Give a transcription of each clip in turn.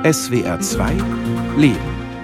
SWR 2 Leben.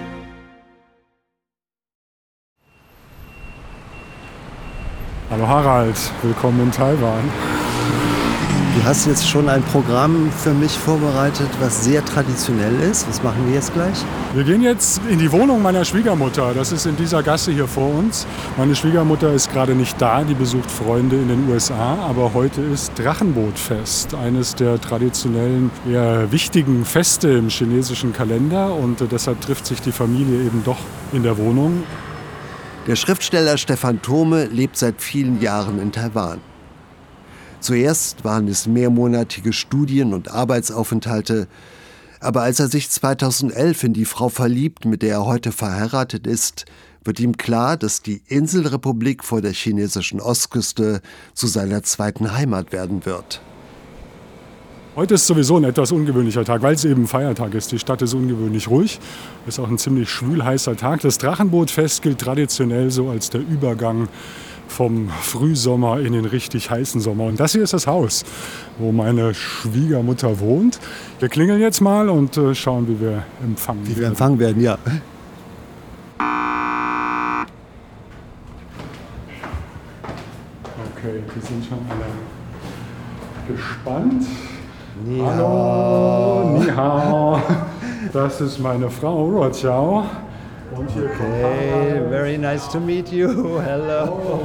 Hallo Harald, willkommen in Taiwan. Du hast jetzt schon ein Programm für mich vorbereitet, was sehr traditionell ist. Was machen wir jetzt gleich? Wir gehen jetzt in die Wohnung meiner Schwiegermutter. Das ist in dieser Gasse hier vor uns. Meine Schwiegermutter ist gerade nicht da, die besucht Freunde in den USA. Aber heute ist Drachenbootfest, eines der traditionellen, eher wichtigen Feste im chinesischen Kalender. Und deshalb trifft sich die Familie eben doch in der Wohnung. Der Schriftsteller Stefan Thome lebt seit vielen Jahren in Taiwan. Zuerst waren es mehrmonatige Studien- und Arbeitsaufenthalte. Aber als er sich 2011 in die Frau verliebt, mit der er heute verheiratet ist, wird ihm klar, dass die Inselrepublik vor der chinesischen Ostküste zu seiner zweiten Heimat werden wird. Heute ist sowieso ein etwas ungewöhnlicher Tag, weil es eben Feiertag ist. Die Stadt ist ungewöhnlich ruhig. Ist auch ein ziemlich schwülheißer Tag. Das Drachenbootfest gilt traditionell so als der Übergang vom Frühsommer in den richtig heißen Sommer. Und das hier ist das Haus, wo meine Schwiegermutter wohnt. Wir klingeln jetzt mal und schauen, wie wir empfangen werden. Wie wir empfangen werden, ja. Okay, wir sind schon alle gespannt. Ni Hallo, Ni hao. Das ist meine Frau, Ruojiao. Und hier Hey, very nice to meet you. Hello.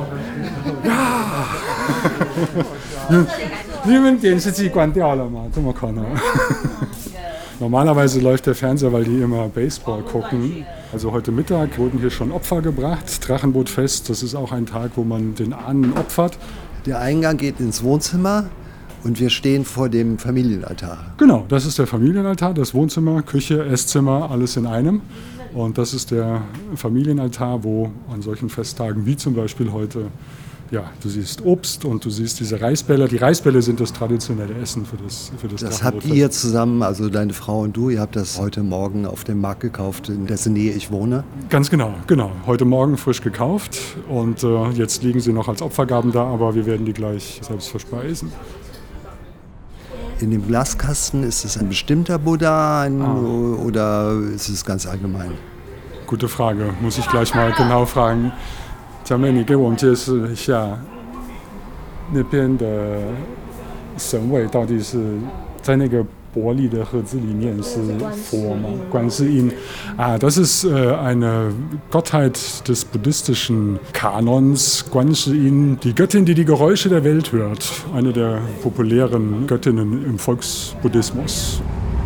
Normalerweise läuft der Fernseher, weil die immer Baseball gucken. Also heute Mittag wurden hier schon Opfer gebracht. Drachenbootfest, das ist auch ein Tag, wo man den Ahnen opfert. Der Eingang geht ins Wohnzimmer und wir stehen vor dem Familienaltar. Genau, das ist der Familienaltar, das Wohnzimmer, Küche, Esszimmer, alles in einem. Und das ist der Familienaltar, wo an solchen Festtagen wie zum Beispiel heute, ja, du siehst Obst und du siehst diese Reisbälle. Die Reisbälle sind das traditionelle Essen für das Das habt ihr zusammen, also deine Frau und du, ihr habt das heute Morgen auf dem Markt gekauft, in dessen Nähe ich wohne? Ganz genau. Heute Morgen frisch gekauft und jetzt liegen sie noch als Opfergaben da, aber wir werden die gleich selbst verspeisen. In dem Glaskasten, ist es ein bestimmter Buddha oder ist es ganz allgemein? Gute Frage, muss ich gleich mal genau fragen. 小妹，你给我们解释一下，那边的神位到底是在那个玻璃的盒子里面是佛吗？观世音das ist eine Gottheit des buddhistischen Kanons, Guanshi-In, die Göttin, die die Geräusche der Welt hört, eine der populären Göttinnen im Volksbuddhismus.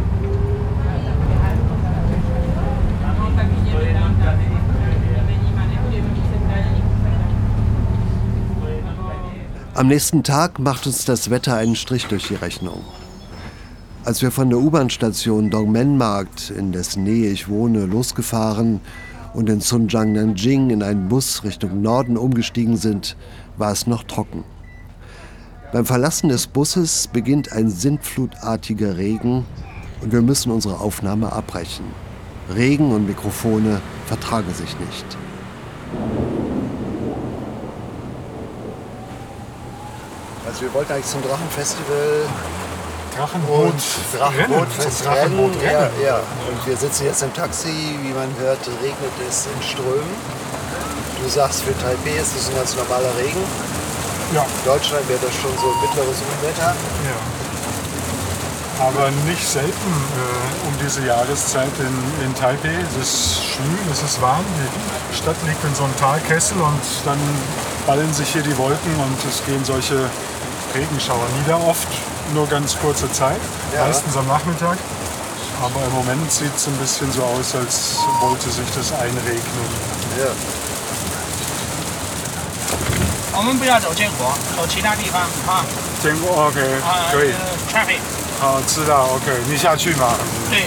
Am nächsten Tag macht uns das Wetter einen Strich durch die Rechnung. Als wir von der U-Bahn-Station Dongmen-Markt, in dessen Nähe ich wohne, losgefahren und in Zunjiang-Nanjing in einen Bus Richtung Norden umgestiegen sind, war es noch trocken. Beim Verlassen des Busses beginnt ein sintflutartiger Regen und wir müssen unsere Aufnahme abbrechen. Regen und Mikrofone vertragen sich nicht. Also wir wollten eigentlich zum Drachenfestival. Drachenbootrennen. Ja. Und wir sitzen jetzt im Taxi, wie man hört, regnet es in Strömen. Du sagst, für Taipei ist das ein ganz normaler Regen. Ja. In Deutschland wäre das schon so mittleres Unwetter. Ja. Aber nicht selten um diese Jahreszeit in Taipei. Es ist schwül, es ist warm. Die Stadt liegt in so einem Talkessel und dann ballen sich hier die Wolken und es gehen solche Regenschauer nieder, oft nur ganz kurze Zeit, meistens am Nachmittag. Aber im Moment sieht es ein bisschen so aus, als wollte sich das einregnen. Ja. 我们不要走建国，走其他地方啊。 建国 OK， 可以。 traffic。 知道 OK， 你下去嘛。 对。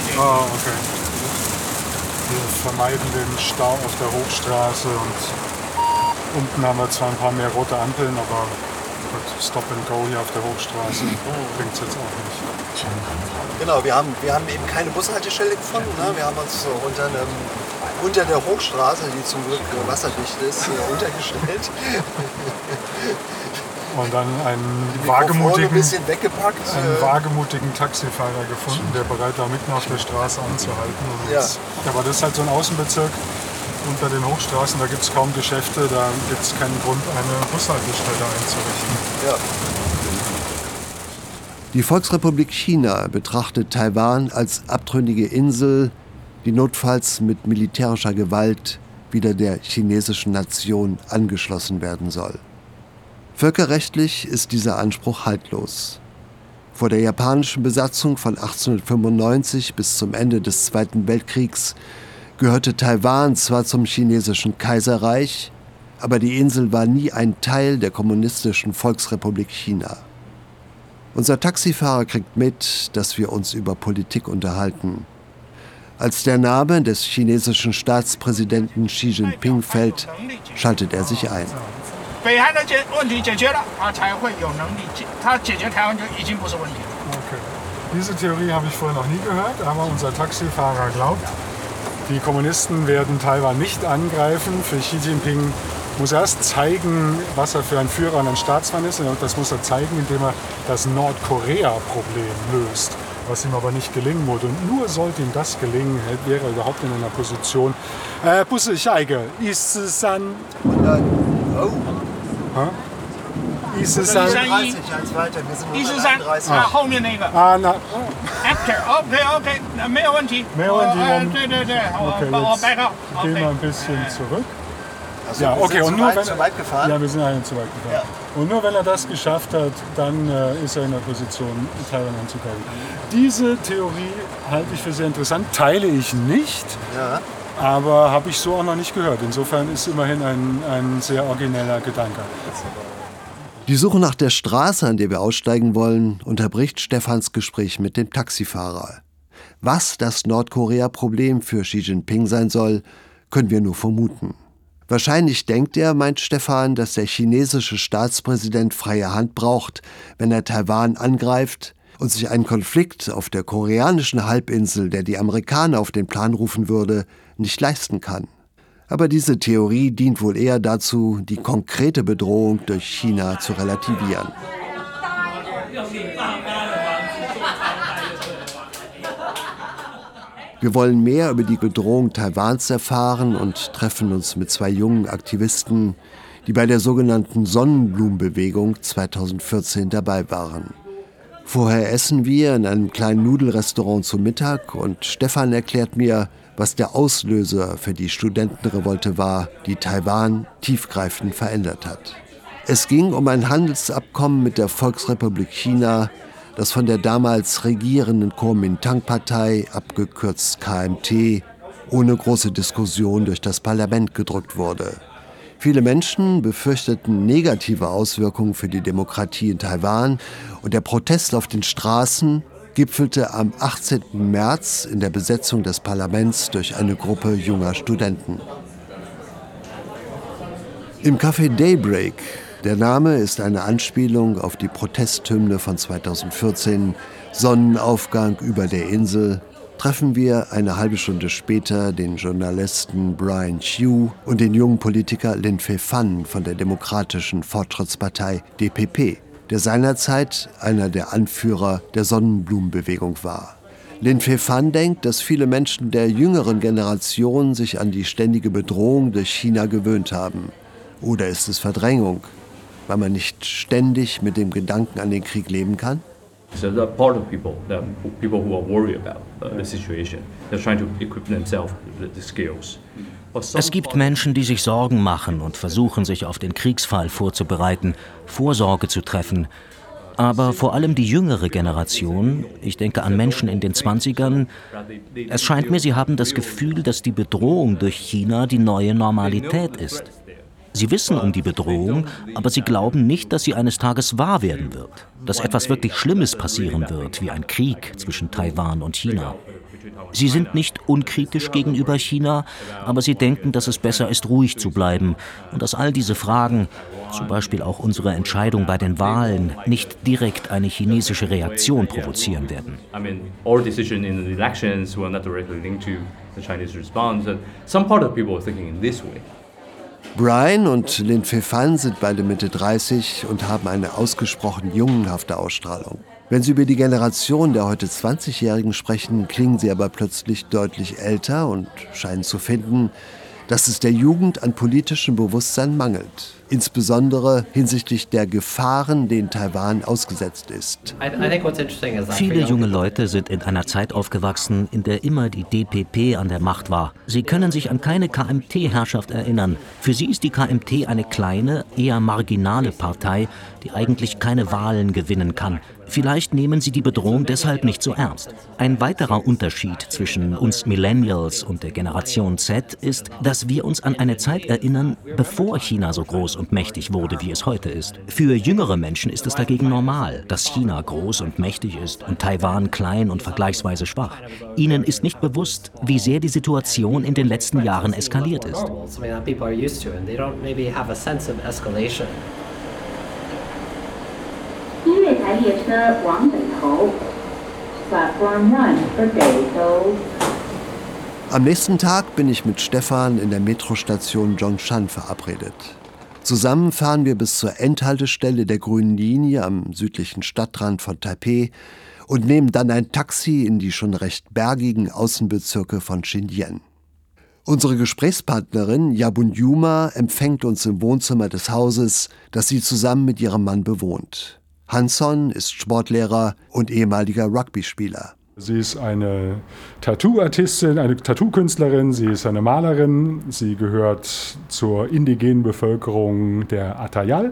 OK。Wir vermeiden den Stau auf der Hochstraße und unten haben wir zwar ein paar mehr rote Ampeln, aber Stop and Go hier auf der Hochstraße bringt es jetzt auch nicht. Genau, wir haben eben keine Bushaltestelle gefunden. Ne? Wir haben uns so unter der Hochstraße, die zum Glück wasserdicht ist, untergestellt. und dann einen wagemutigen Taxifahrer gefunden, der bereit war, mitten auf der Straße anzuhalten. Aber das ist halt so ein Außenbezirk unter den Hochstraßen, da gibt es kaum Geschäfte, da gibt es keinen Grund, eine Bushaltestelle einzurichten. Ja. Die Volksrepublik China betrachtet Taiwan als abtrünnige Insel, die notfalls mit militärischer Gewalt wieder der chinesischen Nation angeschlossen werden soll. Völkerrechtlich ist dieser Anspruch haltlos. Vor der japanischen Besatzung von 1895 bis zum Ende des Zweiten Weltkriegs gehörte Taiwan zwar zum chinesischen Kaiserreich, aber die Insel war nie ein Teil der kommunistischen Volksrepublik China. Unser Taxifahrer kriegt mit, dass wir uns über Politik unterhalten. Als der Name des chinesischen Staatspräsidenten Xi Jinping fällt, schaltet er sich ein. Okay. Diese Theorie habe ich vorher noch nie gehört, aber unser Taxifahrer glaubt, die Kommunisten werden Taiwan nicht angreifen. Für Xi Jinping muss er erst zeigen, was er für ein Führer und ein Staatsmann ist. Und das muss er zeigen, indem er das Nordkorea-Problem löst, was ihm aber nicht gelingen würde. Und nur sollte ihm das gelingen, wäre er überhaupt in einer Position. Gehen wir ein bisschen zurück. Ja, okay. Und nur wenn zu weit gefahren? Ja, wir sind eigentlich zu weit gefahren. Ja. Und nur wenn er das geschafft hat, dann ist er in der Position, Taiwan anzugreifen. Diese Theorie halte ich für sehr interessant, teile ich nicht, aber habe ich so auch noch nicht gehört. Insofern ist immerhin ein sehr origineller Gedanke. Die Suche nach der Straße, an der wir aussteigen wollen, unterbricht Stefans Gespräch mit dem Taxifahrer. Was das Nordkorea-Problem für Xi Jinping sein soll, können wir nur vermuten. Wahrscheinlich denkt er, meint Stefan, dass der chinesische Staatspräsident freie Hand braucht, wenn er Taiwan angreift und sich einen Konflikt auf der koreanischen Halbinsel, der die Amerikaner auf den Plan rufen würde, nicht leisten kann. Aber diese Theorie dient wohl eher dazu, die konkrete Bedrohung durch China zu relativieren. Wir wollen mehr über die Bedrohung Taiwans erfahren und treffen uns mit zwei jungen Aktivisten, die bei der sogenannten Sonnenblumenbewegung 2014 dabei waren. Vorher essen wir in einem kleinen Nudelrestaurant zu Mittag und Stefan erklärt mir, was der Auslöser für die Studentenrevolte war, die Taiwan tiefgreifend verändert hat. Es ging um ein Handelsabkommen mit der Volksrepublik China, das von der damals regierenden Kuomintang-Partei, abgekürzt KMT, ohne große Diskussion durch das Parlament gedrückt wurde. Viele Menschen befürchteten negative Auswirkungen für die Demokratie in Taiwan und der Protest auf den Straßen gipfelte am 18. März in der Besetzung des Parlaments durch eine Gruppe junger Studenten. Im Café Daybreak, der Name ist eine Anspielung auf die Protesthymne von 2014, Sonnenaufgang über der Insel, treffen wir eine halbe Stunde später den Journalisten Brian Chiu und den jungen Politiker Lin Fei-fan von der Demokratischen Fortschrittspartei DPP, der seinerzeit einer der Anführer der Sonnenblumenbewegung war. Lin Fei-fan denkt, dass viele Menschen der jüngeren Generation sich an die ständige Bedrohung durch China gewöhnt haben. Oder ist es Verdrängung, weil man nicht ständig mit dem Gedanken an den Krieg leben kann? So the part of people who are worried about the situation, they're trying to equip themselves with the skills. Es gibt Menschen, die sich Sorgen machen und versuchen, sich auf den Kriegsfall vorzubereiten, Vorsorge zu treffen. Aber vor allem die jüngere Generation, ich denke an Menschen in den 20ern, es scheint mir, sie haben das Gefühl, dass die Bedrohung durch China die neue Normalität ist. Sie wissen um die Bedrohung, aber sie glauben nicht, dass sie eines Tages wahr werden wird. Dass etwas wirklich Schlimmes passieren wird, wie ein Krieg zwischen Taiwan und China. Sie sind nicht unkritisch gegenüber China, aber sie denken, dass es besser ist, ruhig zu bleiben und dass all diese Fragen, zum Beispiel auch unsere Entscheidung bei den Wahlen, nicht direkt eine chinesische Reaktion provozieren werden. All decisions in the elections were not directly linked to the Chinese response. Some part of people are thinking in this way. Brian und Lin Fei-Fan sind beide Mitte 30 und haben eine ausgesprochen jungenhafte Ausstrahlung. Wenn sie über die Generation der heute 20-Jährigen sprechen, klingen sie aber plötzlich deutlich älter und scheinen zu finden, dass es der Jugend an politischem Bewusstsein mangelt. Insbesondere hinsichtlich der Gefahren, denen Taiwan ausgesetzt ist. Viele junge Leute sind in einer Zeit aufgewachsen, in der immer die DPP an der Macht war. Sie können sich an keine KMT-Herrschaft erinnern. Für sie ist die KMT eine kleine, eher marginale Partei, die eigentlich keine Wahlen gewinnen kann. Vielleicht nehmen sie die Bedrohung deshalb nicht so ernst. Ein weiterer Unterschied zwischen uns Millennials und der Generation Z ist, dass wir uns an eine Zeit erinnern, bevor China so groß und mächtig wurde, wie es heute ist. Für jüngere Menschen ist es dagegen normal, dass China groß und mächtig ist und Taiwan klein und vergleichsweise schwach. Ihnen ist nicht bewusst, wie sehr die Situation in den letzten Jahren eskaliert ist. Am nächsten Tag bin ich mit Stefan in der Metrostation Zhongshan verabredet. Zusammen fahren wir bis zur Endhaltestelle der grünen Linie am südlichen Stadtrand von Taipeh und nehmen dann ein Taxi in die schon recht bergigen Außenbezirke von Xinjiang. Unsere Gesprächspartnerin Yabun Yuma empfängt uns im Wohnzimmer des Hauses, das sie zusammen mit ihrem Mann bewohnt. Hanson ist Sportlehrer und ehemaliger Rugby-Spieler. Sie ist eine Tattoo-Artistin, eine Tattoo-Künstlerin, sie ist eine Malerin, sie gehört zur indigenen Bevölkerung der Atayal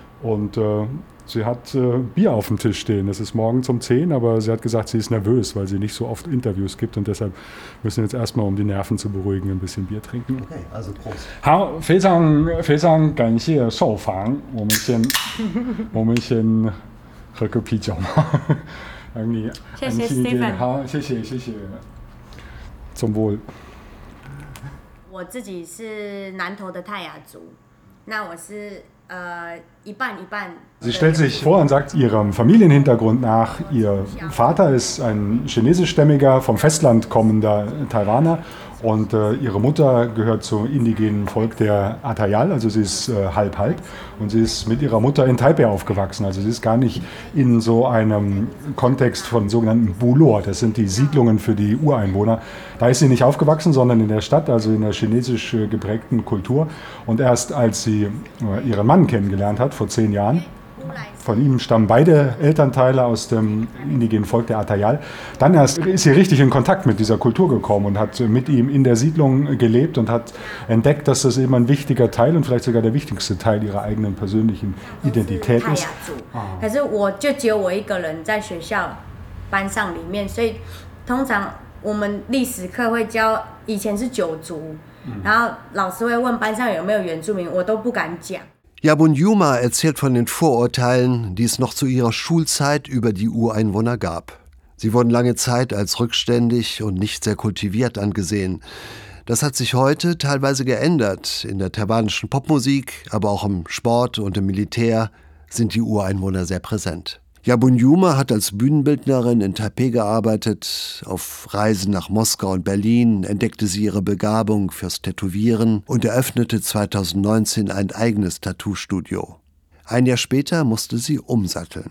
und sie hat Bier auf dem Tisch stehen. Es ist morgens um 10, aber sie hat gesagt, sie ist nervös, weil sie nicht so oft Interviews gibt und deshalb müssen wir jetzt erstmal, um die Nerven zu beruhigen, ein bisschen Bier trinken. Okay, also Prost. 好，非常感谢受访，我们先喝个啤酒嘛。 谢谢 Stephen。 好，谢谢。zum Wohl。 我自己是南投的泰雅族，那我是一半一半。 Sie stellt sich vor und sagt ihrem Familienhintergrund nach, ihr Vater ist ein chinesischstämmiger, vom Festland kommender Taiwaner und ihre Mutter gehört zum indigenen Volk der Atayal, also sie ist halb-halb und sie ist mit ihrer Mutter in Taipei aufgewachsen, also sie ist gar nicht in so einem Kontext von sogenannten Bulor, das sind die Siedlungen für die Ureinwohner, da ist sie nicht aufgewachsen, sondern in der Stadt, also in der chinesisch geprägten Kultur und erst als sie ihren Mann kennengelernt hat, vor 10 Jahren, von ihm stammen beide Elternteile aus dem indigenen Volk der Atayal. Dann erst ist sie richtig in Kontakt mit dieser Kultur gekommen und hat mit ihm in der Siedlung gelebt und hat entdeckt, dass das eben ein wichtiger Teil und vielleicht sogar der wichtigste Teil ihrer eigenen persönlichen Identität ist. 可是我就只有我一个人在学校班上里面，所以通常我们历史课会教以前是九族，然后老师会问班上有没有原住民，我都不敢讲。 Yabun Yuma erzählt von den Vorurteilen, die es noch zu ihrer Schulzeit über die Ureinwohner gab. Sie wurden lange Zeit als rückständig und nicht sehr kultiviert angesehen. Das hat sich heute teilweise geändert. In der taiwanischen Popmusik, aber auch im Sport und im Militär sind die Ureinwohner sehr präsent. Yabun Yuma hat als Bühnenbildnerin in Taipeh gearbeitet. Auf Reisen nach Moskau und Berlin entdeckte sie ihre Begabung fürs Tätowieren und eröffnete 2019 ein eigenes Tattoo-Studio. Ein Jahr später musste sie umsatteln.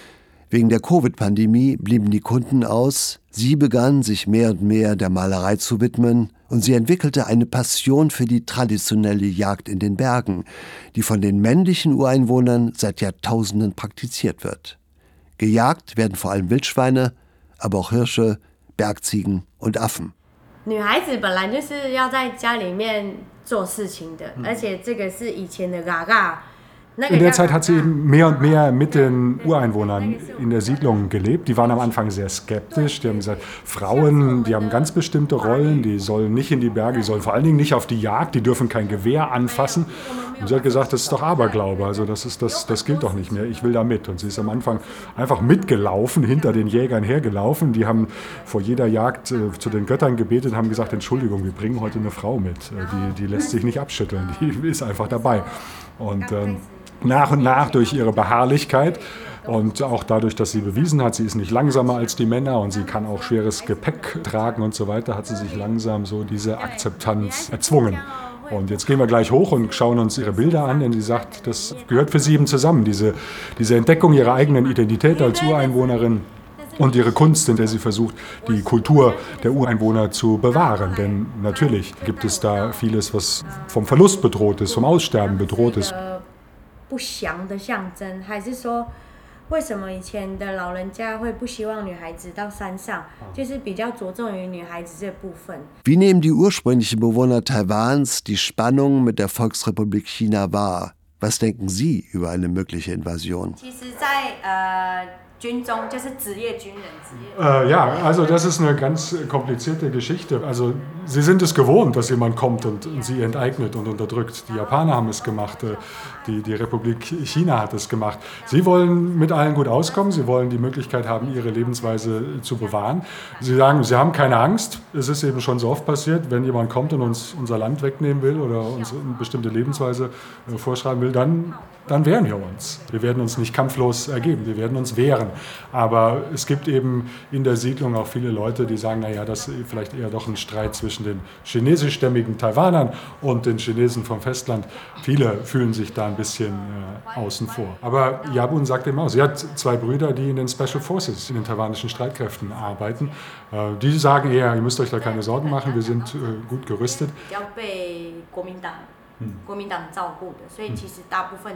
Wegen der Covid-Pandemie blieben die Kunden aus. Sie begann, sich mehr und mehr der Malerei zu widmen und sie entwickelte eine Passion für die traditionelle Jagd in den Bergen, die von den männlichen Ureinwohnern seit Jahrtausenden praktiziert wird. Gejagt werden vor allem Wildschweine, aber auch Hirsche, Bergziegen und Affen. 女孩子本来就是要在家里面做事情的，而且这个是以前的嘎嘎。 In der Zeit hat sie eben mehr und mehr mit den Ureinwohnern in der Siedlung gelebt. Die waren am Anfang sehr skeptisch. Die haben gesagt, Frauen, die haben ganz bestimmte Rollen, die sollen nicht in die Berge, die sollen vor allen Dingen nicht auf die Jagd, die dürfen kein Gewehr anfassen. Und sie hat gesagt, das ist doch Aberglaube, also das gilt doch nicht mehr, ich will da mit. Und sie ist am Anfang einfach mitgelaufen, hinter den Jägern hergelaufen. Die haben vor jeder Jagd zu den Göttern gebetet und haben gesagt, Entschuldigung, wir bringen heute eine Frau mit. Die lässt sich nicht abschütteln, die ist einfach dabei. Und nach und nach durch ihre Beharrlichkeit und auch dadurch, dass sie bewiesen hat, sie ist nicht langsamer als die Männer und sie kann auch schweres Gepäck tragen und so weiter, hat sie sich langsam so diese Akzeptanz erzwungen. Und jetzt gehen wir gleich hoch und schauen uns ihre Bilder an, denn sie sagt, das gehört für sie eben zusammen, diese Entdeckung ihrer eigenen Identität als Ureinwohnerin und ihre Kunst, in der sie versucht, die Kultur der Ureinwohner zu bewahren. Denn natürlich gibt es da vieles, was vom Verlust bedroht ist, vom Aussterben bedroht ist. 不祥的象征，还是说为什么以前的老人家会不希望女孩子到山上，就是比较着重于女孩子这部分。 Wie nehmen die ursprünglichen Bewohner Taiwans die Spannung mit der Volksrepublik China wahr? Was denken Sie über eine mögliche Invasion? 其实在军中就是职业军人， Ja, also das ist eine ganz komplizierte Geschichte. Also sie sind es gewohnt, dass jemand kommt und sie enteignet und unterdrückt. Die Japaner haben es gemacht, die Republik China hat es gemacht. Sie wollen mit allen gut auskommen, sie wollen die Möglichkeit haben, ihre Lebensweise zu bewahren. Sie sagen, sie haben keine Angst. Es ist eben schon so oft passiert, wenn jemand kommt und uns unser Land wegnehmen will oder uns eine bestimmte Lebensweise vorschreiben will, dann wehren wir uns. Wir werden uns nicht kampflos ergeben, wir werden uns wehren. Aber es gibt eben in der Siedlung auch viele Leute, die sagen, naja, das ist vielleicht eher doch ein Streit zwischen den chinesischstämmigen Taiwanern und den Chinesen vom Festland. Viele fühlen sich da ein bisschen außen vor. Aber Yabun sagt eben auch, sie hat 2 Brüder, die in den Special Forces, in den taiwanischen Streitkräften arbeiten. Die sagen eher, ihr müsst euch da keine Sorgen machen, wir sind gut gerüstet. 要被国民党照顾的，所以其实大部分。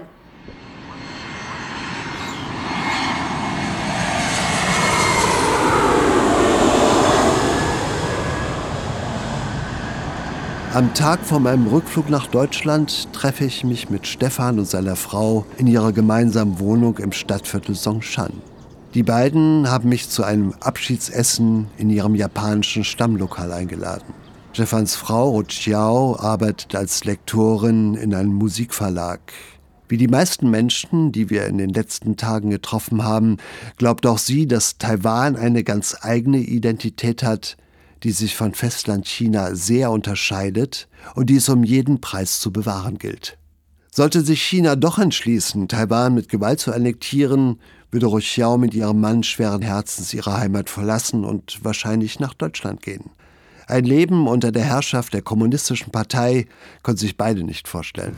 Am Tag vor meinem Rückflug nach Deutschland treffe ich mich mit Stefan und seiner Frau in ihrer gemeinsamen Wohnung im Stadtviertel Songshan. Die beiden haben mich zu einem Abschiedsessen in ihrem japanischen Stammlokal eingeladen. Stefans Frau Ru Xiao arbeitet als Lektorin in einem Musikverlag. Wie die meisten Menschen, die wir in den letzten Tagen getroffen haben, glaubt auch sie, dass Taiwan eine ganz eigene Identität hat, die sich von Festland China sehr unterscheidet und die es um jeden Preis zu bewahren gilt. Sollte sich China doch entschließen, Taiwan mit Gewalt zu annektieren, würde Ru Xiao mit ihrem Mann schweren Herzens ihre Heimat verlassen und wahrscheinlich nach Deutschland gehen. Ein Leben unter der Herrschaft der Kommunistischen Partei konnten sich beide nicht vorstellen.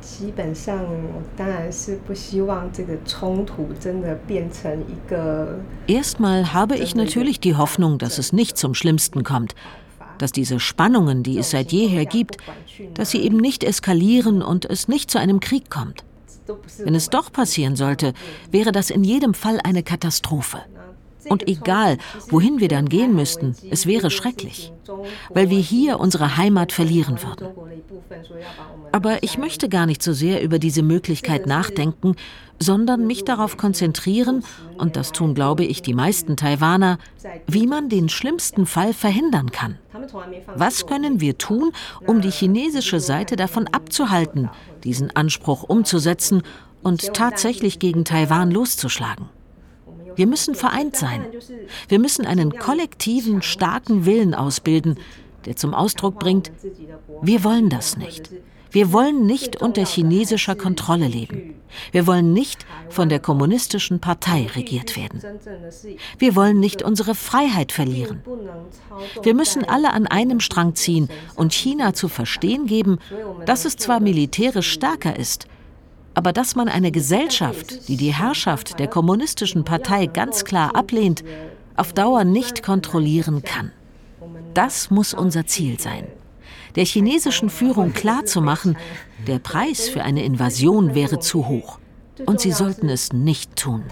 Erstmal habe ich natürlich die Hoffnung, dass es nicht zum Schlimmsten kommt, dass diese Spannungen, die es seit jeher gibt, dass sie eben nicht eskalieren und es nicht zu einem Krieg kommt. Wenn es doch passieren sollte, wäre das in jedem Fall eine Katastrophe. Und egal, wohin wir dann gehen müssten, es wäre schrecklich, weil wir hier unsere Heimat verlieren würden. Aber ich möchte gar nicht so sehr über diese Möglichkeit nachdenken, sondern mich darauf konzentrieren, und das tun, glaube ich, die meisten Taiwaner, wie man den schlimmsten Fall verhindern kann. Was können wir tun, um die chinesische Seite davon abzuhalten, diesen Anspruch umzusetzen und tatsächlich gegen Taiwan loszuschlagen? Wir müssen vereint sein. Wir müssen einen kollektiven, starken Willen ausbilden, der zum Ausdruck bringt, wir wollen das nicht. Wir wollen nicht unter chinesischer Kontrolle leben. Wir wollen nicht von der kommunistischen Partei regiert werden. Wir wollen nicht unsere Freiheit verlieren. Wir müssen alle an einem Strang ziehen und China zu verstehen geben, dass es zwar militärisch stärker ist, aber dass man eine Gesellschaft, die die Herrschaft der kommunistischen Partei ganz klar ablehnt, auf Dauer nicht kontrollieren kann. Das muss unser Ziel sein. Der chinesischen Führung klarzumachen, der Preis für eine Invasion wäre zu hoch. Und sie sollten es nicht tun.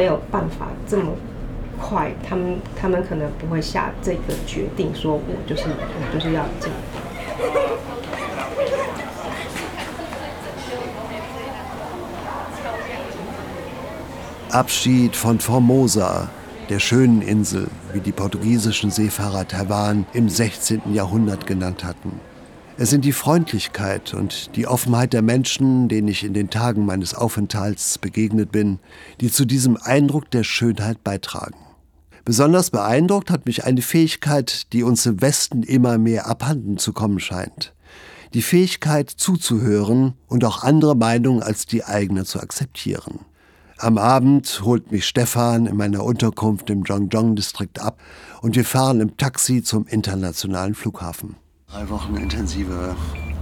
Abschied von Formosa, der schönen Insel, wie die portugiesischen Seefahrer Taiwan im 16. Jahrhundert genannt hatten. Es sind die Freundlichkeit und die Offenheit der Menschen, denen ich in den Tagen meines Aufenthalts begegnet bin, die zu diesem Eindruck der Schönheit beitragen. Besonders beeindruckt hat mich eine Fähigkeit, die uns im Westen immer mehr abhanden zu kommen scheint. Die Fähigkeit zuzuhören und auch andere Meinungen als die eigene zu akzeptieren. Am Abend holt mich Stefan in meiner Unterkunft im Zhongzhou-Distrikt ab und wir fahren im Taxi zum internationalen Flughafen. 3 Wochen intensive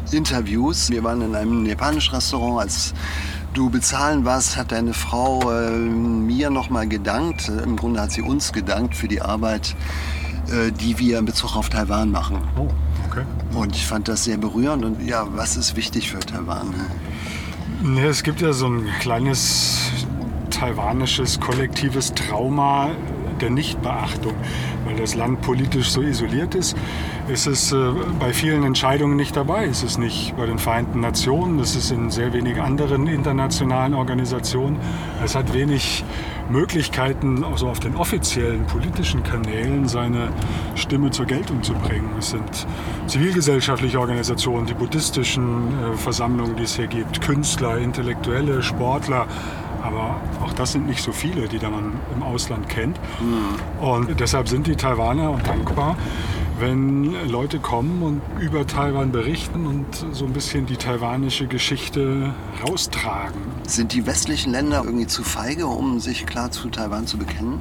Interviews. Wir waren in einem japanischen Restaurant. Als du bezahlen warst, hat deine Frau mir nochmal gedankt. Im Grunde hat sie uns gedankt für die Arbeit, die wir in Bezug auf Taiwan machen. Oh, okay. Und ich fand das sehr berührend. Und ja, was ist wichtig für Taiwan? Ja, es gibt ja so ein kleines taiwanisches kollektives Trauma der Nichtbeachtung. Weil das Land politisch so isoliert ist, ist es bei vielen Entscheidungen nicht dabei. Es ist nicht bei den Vereinten Nationen, es ist in sehr wenigen anderen internationalen Organisationen. Es hat wenig Möglichkeiten, also auf den offiziellen politischen Kanälen seine Stimme zur Geltung zu bringen. Es sind zivilgesellschaftliche Organisationen, die buddhistischen Versammlungen, die es hier gibt, Künstler, Intellektuelle, Sportler. Aber auch das sind nicht so viele, die da man im Ausland kennt. Und deshalb sind die Taiwaner auch dankbar, wenn Leute kommen und über Taiwan berichten und so ein bisschen die taiwanische Geschichte raustragen. Sind die westlichen Länder irgendwie zu feige, um sich klar zu Taiwan zu bekennen?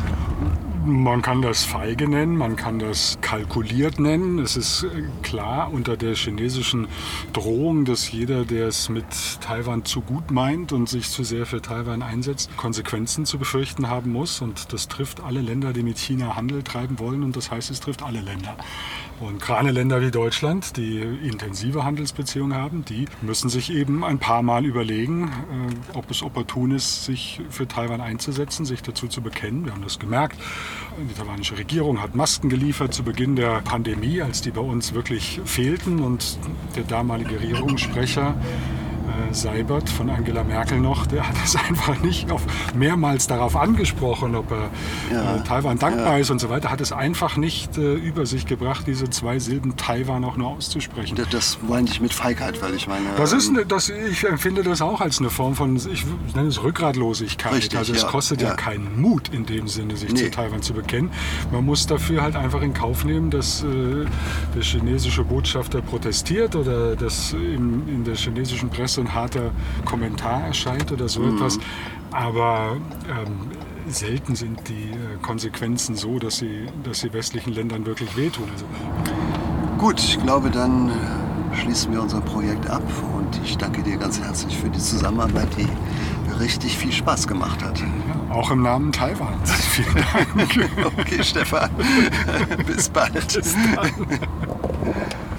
Man kann das feige nennen, man kann das kalkuliert nennen. Es ist klar unter der chinesischen Drohung, dass jeder, der es mit Taiwan zu gut meint und sich zu sehr für Taiwan einsetzt, Konsequenzen zu befürchten haben muss. Und das trifft alle Länder, die mit China Handel treiben wollen. Und das heißt, es trifft alle Länder. Und gerade Länder wie Deutschland, die intensive Handelsbeziehungen haben, die müssen sich eben ein paar Mal überlegen, ob es opportun ist, sich für Taiwan einzusetzen, sich dazu zu bekennen. Wir haben das gemerkt. Die taiwanische Regierung hat Masken geliefert zu Beginn der Pandemie, als die bei uns wirklich fehlten. Und der damalige Regierungssprecher Seibert von Angela Merkel noch, der hat es einfach nicht mehrmals darauf angesprochen, ob er Taiwan dankbar ist und so weiter, hat es einfach nicht über sich gebracht, diese 2 Silben Taiwan auch nur auszusprechen. Das meinte ich mit Feigheit, weil ich meine... Ich empfinde das auch als eine Form von, ich nenne es Rückgratlosigkeit. Richtig, also es kostet ja keinen Mut in dem Sinne, sich zu Taiwan zu bekennen. Man muss dafür halt einfach in Kauf nehmen, dass der chinesische Botschafter protestiert oder dass in der chinesischen Presse ein harter Kommentar erscheint oder so etwas. Aber selten sind die Konsequenzen so, dass sie westlichen Ländern wirklich wehtun. Also, gut, ich glaube, dann schließen wir unser Projekt ab und ich danke dir ganz herzlich für die Zusammenarbeit, die richtig viel Spaß gemacht hat. Ja, auch im Namen Taiwans. Vielen Dank. Okay, Stefan. Bis bald. Bis dann.